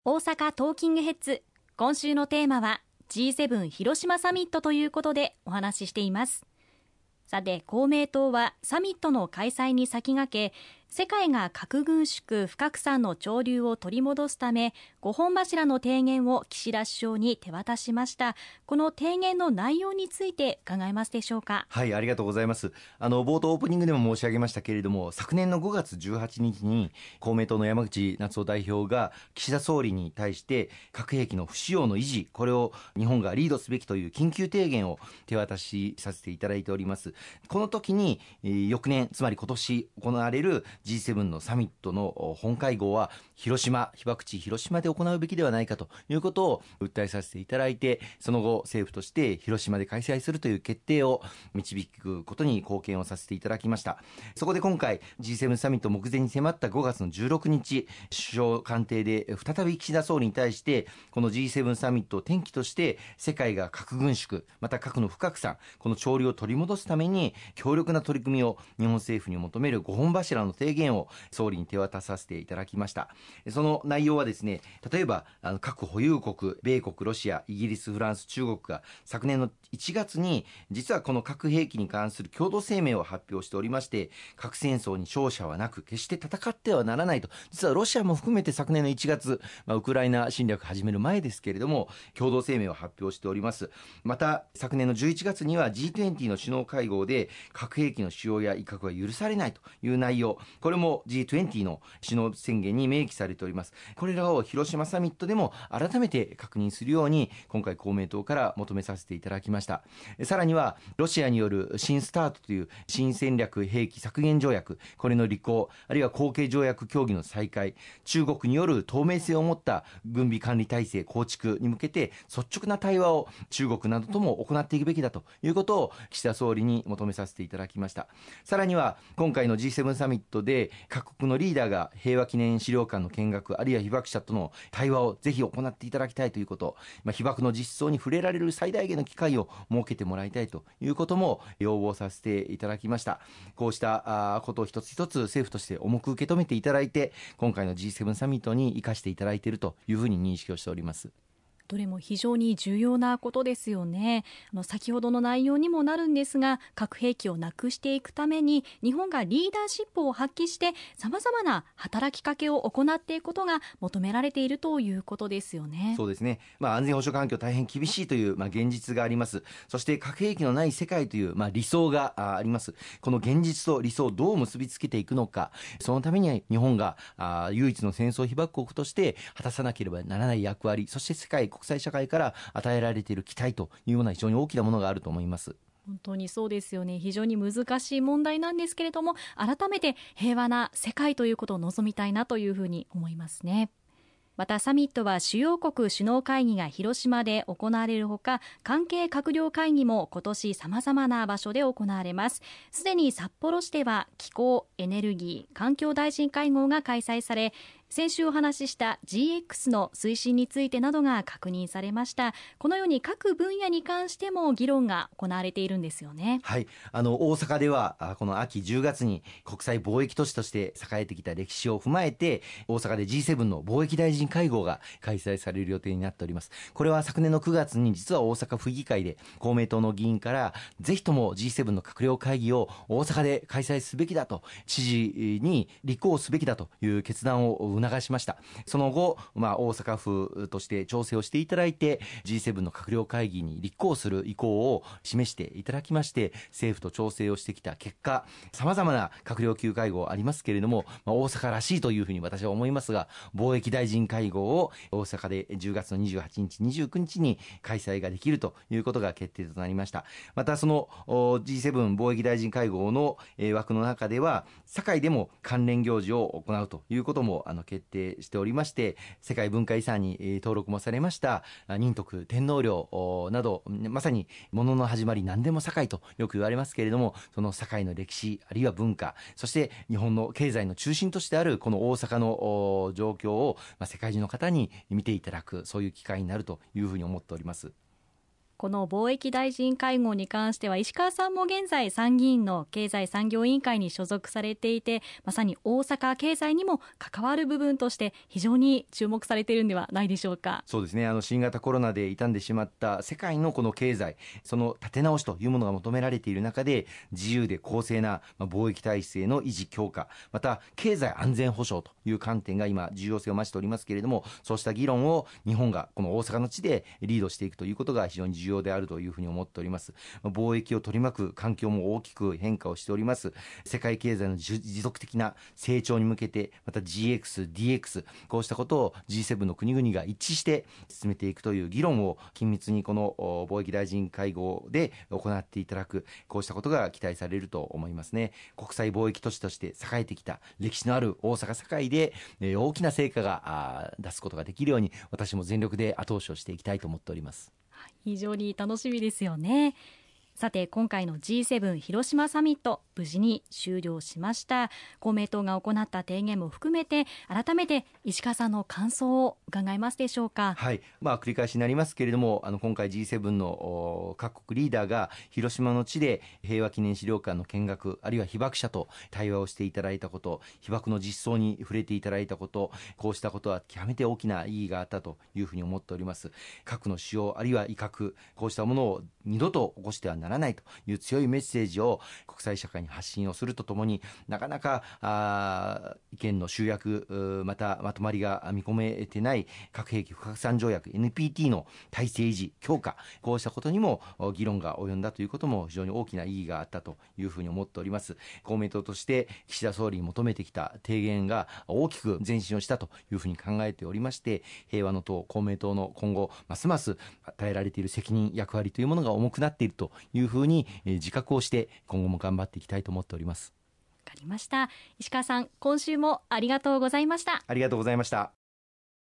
大阪トーキングヘッズ、今週のテーマは G7 広島サミットということでお話ししています。さて、公明党はサミットの開催に先駆け、世界が核軍縮不拡散の潮流を取り戻すため5本柱の提言を岸田首相に手渡しました。この提言の内容について伺えますでしょうか。 はい、ありがとうございます。冒頭オープニングでも申し上げましたけれども、昨年の5月18日に公明党の山口那津男代表が岸田総理に対して核兵器の不使用の維持、これを日本がリードすべきという緊急提言を手渡しさせていただいております。この時に翌年、つまり今年行われるG7 のサミットの本会合は被爆地広島で行うべきではないかということを訴えさせていただいて、その後政府として広島で開催するという決定を導くことに貢献をさせていただきました。そこで今回 G7 サミット目前に迫った5月の16日、首相官邸で再び岸田総理に対してこの G7 サミットを転機として世界が核軍縮、また核の不拡散、この潮流を取り戻すために強力な取り組みを日本政府に求める5本柱の提言を総理に手渡させていただきました。その内容はですね、例えば核保有国、米国、ロシア、イギリス、フランス、中国が昨年の1月に実はこの核兵器に関する共同声明を発表しておりまして、核戦争に勝者はなく決して戦ってはならないと、実はロシアも含めて昨年の1月、ウクライナ侵略始める前ですけれども共同声明を発表しております。また昨年の11月には G20 の首脳会合で核兵器の使用や威嚇は許されないという内容、これも G20 の首脳宣言に明記されております。これらを広島サミットでも改めて確認するように今回公明党から求めさせていただきました。さらにはロシアによる新スタートという新戦略兵器削減条約、これの履行、あるいは後継条約協議の再開、中国による透明性を持った軍備管理体制構築に向けて率直な対話を中国などとも行っていくべきだということを岸田総理に求めさせていただきました。さらには今回の G7 サミットで各国のリーダーが平和記念資料館の見学、あるいは被爆者との対話をぜひ行っていただきたいということ、被爆の実相に触れられる最大限の機会を設けてもらいたいということも要望させていただきました。こうしたことを一つ一つ政府として重く受け止めていただいて、今回の G7 サミットに生かしていただいているというふうに認識をしております。 どれも非常に重要なことですよね。先ほどの内容にもなるんですが、核兵器をなくしていくために日本がリーダーシップを発揮して様々な働きかけを行っていくことが求められているということですよね。 そうですね、安全保障環境大変厳しいという、現実があります。そして核兵器のない世界という、理想があります。この現実と理想をどう結びつけていくのか、そのために日本が唯一の戦争被爆国として果たさなければならない役割、そして国際社会から与えられている期待というような非常に大きなものがあると思います。 本当にそうですよね。非常に難しい問題なんですけれども、改めて平和な世界ということを望みたいなというふうに思いますね。またサミットは主要国首脳会議が広島で行われるほか、関係閣僚会議も今年様々な場所で行われます。すでに札幌市では気候、エネルギー、環境大臣会合が開催され、先週お話しした GX の推進についてなどが確認されました。このように各分野に関しても議論が行われているんですよね。 はい、大阪ではこの秋10月に国際貿易都市として栄えてきた歴史を踏まえて、大阪で G7 の貿易大臣会合が開催される予定になっております。これは昨年の9月に実は大阪府議会で公明党の議員からぜひとも G7 の閣僚会議を大阪で開催すべきだと、知事に立候補すべきだという決断を促しました。その後、大阪府として調整をしていただいて G7 の閣僚会議に立候補する意向を示していただきまして、政府と調整をしてきた結果、様々な閣僚級会合ありますけれども、大阪らしいというふうに私は思いますが、貿易大臣会合を大阪で10月の28日、29日に開催ができるということが決定となりました。またその G7 貿易大臣会合の枠の中では、堺でも関連行事を行うということも決定しておりまして、世界文化遺産に登録もされました仁徳天皇陵など、まさに物の始まり何でも堺とよく言われますけれども、その堺の歴史、あるいは文化、そして日本の経済の中心としてあるこの大阪の状況を世界中の方に見ていただく、そういう機会になるというふうに思っております。 この貿易大臣会合に関しては石川さんも現在参議院の経済産業委員会に所属されていて、まさに大阪経済にも関わる部分として非常に注目されているんではないでしょうか。 そうですね、新型コロナで傷んでしまった世界のこの経済、その立て直しというものが求められている中で、自由で公正な貿易体制の維持強化、また経済安全保障という観点が今重要性を増しておりますけれども、そうした議論を日本がこの大阪の地でリードしていくということが非常に重要であるというふうに思っております。貿易を取り巻く環境も大きく変化をしております。世界経済の持続的な成長に向けて、また GX、DX、こうしたことを G7 の国々が一致して進めていくという議論を緊密にこの貿易大臣会合で行っていただく、こうしたことが期待されると思いますね。国際貿易都市として栄えてきた歴史のある大阪堺で大きな成果が出すことができるように、私も全力で後押しをしていきたいと思っております。 非常に楽しみですよね。さて今回の G7 広島サミット無事に終了しました。公明党が行った提言も含めて改めて石川さんの感想を伺えますでしょうか。 はい、繰り返しになりますけれども、今回 G7 の各国リーダーが広島の地で平和記念資料館の見学、あるいは被爆者と対話をしていただいたこと、被爆の実相に触れていただいたこと、こうしたことは極めて大きな意義があったというふうに思っております。核の使用あるいは威嚇、こうしたものを二度と起こしてはならないという強いメッセージを国際社会に発信をするとともに、なかなか意見の集約、またまとまりが見込めてない核兵器不拡散条約 NPT の体制維持強化、こうしたことにも議論が及んだということも非常に大きな意義があったというふうに思っております。公明党として岸田総理に求めてきた提言が大きく前進をしたというふうに考えておりまして、平和の党公明党の今後ますます与えられている責任役割というものが重くなっているというふうに自覚をして今後も頑張っていきたいと思っております。 わかりました。石川さん、今週もありがとうございました。 ありがとうございました。